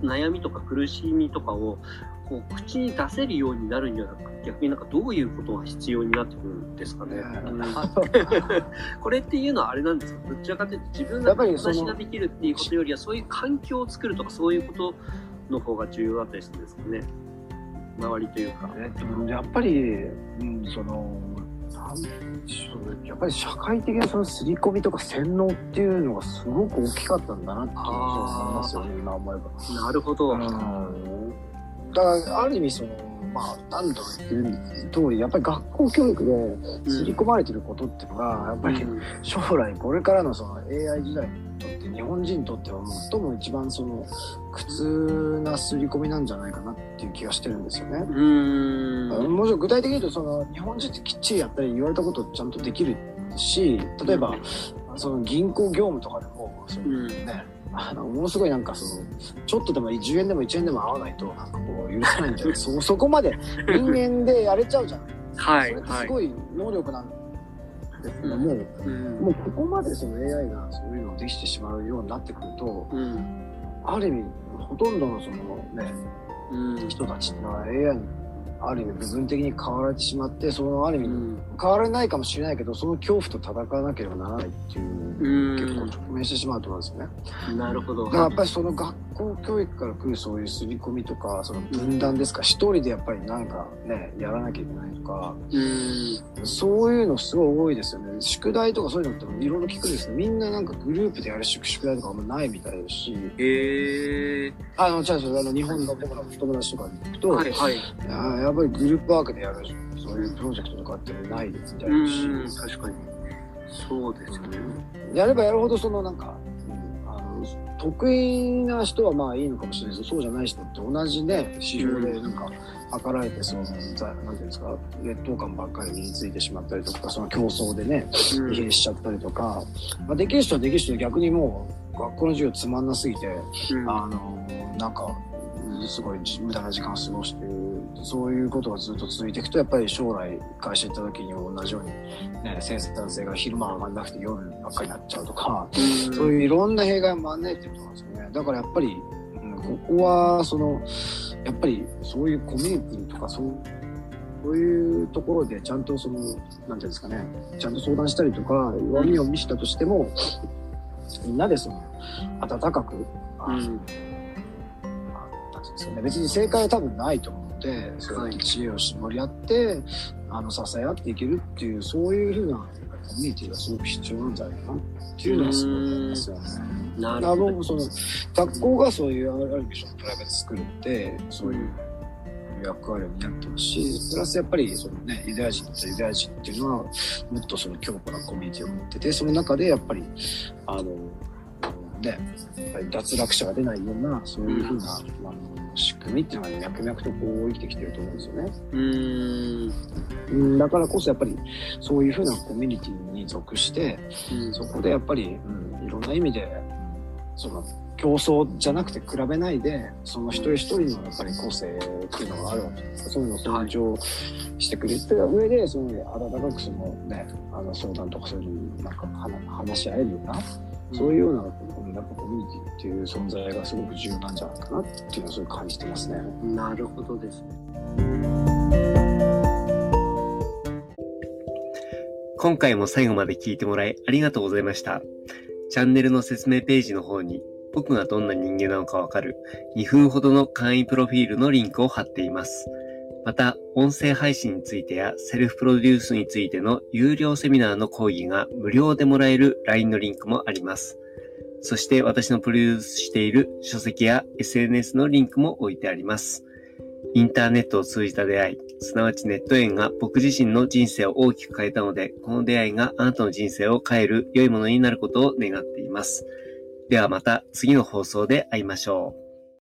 悩みとか苦しみとかをこう口に出せるようになるんじゃなくて、逆になんかどういうことが必要になってくるんですかね。これっていうのはあれなんですか。どちらかというと自分が話ができるっていうことよりは、そういう環境を作るとかそういうことの方が重要だったりするんですかね。周りというか。 やっぱり、やっぱり社会的なその刷り込みとか洗脳っていうのがすごく大きかったんだなっていうのを思いますよね、今思えば。 なるほど。 だからある意味何度も言ってる通り、やっぱり学校教育で刷り込まれてることっていうのが、やっぱり将来これからのその AI 時代にとって日本人にとっては最も一番その苦痛な刷り込みなんじゃないかなっていう気がしてるんですよね。もちろん具体的に言うとその日本人ってきっちりやったり言われたことをちゃんとできるし、例えばその銀行業務とかでもものすごいなんかそのちょっとでも10円でも1円でも合わないとなんかこう許せないみたいなそこまで人間でやれちゃうじゃないですか。それってすごい能力なんですけども、もうここまでその AI がそういうのをできてしまうようになってくると、ある意味ほとんどのそのね、人たちってのは AI にある意味部分的に変わられてしまって、そのある意味変わらないかもしれないけど、その恐怖と戦わなければならないっていう結構直面してしまうと思うんですよね。 なるほど。 だからやっぱりその学校教育から来るそういう刷り込みとか、その分断ですか、一人でやっぱりなんかねやらなきゃいけないとか、そういうのすごい多いですよね。宿題とかそういうのっていろいろ聞くんですけど、みんななんかグループでやる宿題とかあんまないみたいですし、日本の僕の友達とかに行くと、やっぱりグループワークでやるそういうプロジェクトとかってないみたいですし、 確かにそうですよね。 やればやるほどそのなんか得意な人はまあいいのかもしれないですけど、そうじゃない人って同じね指標でなんか測られて、そのなんていうんですか、劣等感ばっかり身についてしまったりとか、その競争でね疲弊しちゃったりとか、できる人はできる人で逆にもう学校の授業つまんなすぎて、なんかすごい無駄な時間を過ごしている、そういうことがずっと続いていくと、やっぱり将来会社行った時にも同じように、ね、生産性が昼間上がんなくて夜ばっかりになっちゃうとか、そういういろんな弊害を招いてると思うんですよね。だからやっぱり、ここはそのやっぱりそういうコミュニティとかそういうところでちゃんとそのなんていうんですかね、ちゃんと相談したりとか弱みを見せたとしても、みんなでその温かく別に正解は多分ないと思うので、そういう知恵を絞り合って支え合っていけるっていう、そういう風なコミュニティがすごく必要なんじゃないかなっていうのはすごく思いますよね。なるほど。その学校がそういうある意味そのプライベートスクールってそういう役割を担ってますし、プラスやっぱりそのねユダヤ人とユダヤ人っていうのはもっとその強固なコミュニティを持ってて、その中でやっぱりやっぱり脱落者が出ないようなそういう風な仕組みっていうのが脈々とこう生きてきてると思うんですよね。だからこそやっぱりそういう風なコミュニティに属して、そこでやっぱり、いろんな意味でその競争じゃなくて比べないで、その一人一人のやっぱり個性っていうのがあるわけです。そういうのを尊重してくれた上で、その温かくそのね相談とかそういうなんか話し合えるような、そういうようなやっぱコミュニティっていう存在がすごく重要なんじゃないかなっていうのをすごい感じてますね。 なるほどですね。今回も最後まで聞いてもらいありがとうございました。チャンネルの説明ページの方に僕がどんな人間なのかわかる2分ほどの簡易プロフィールのリンクを貼っています。また、音声配信についてやセルフプロデュースについての有料セミナーの講義が無料でもらえる LINE のリンクもあります。そして私のプロデュースしている書籍や SNS のリンクも置いてあります。インターネットを通じた出会い、すなわちネット縁が僕自身の人生を大きく変えたので、この出会いがあなたの人生を変える良いものになることを願っています。ではまた次の放送で会いましょう。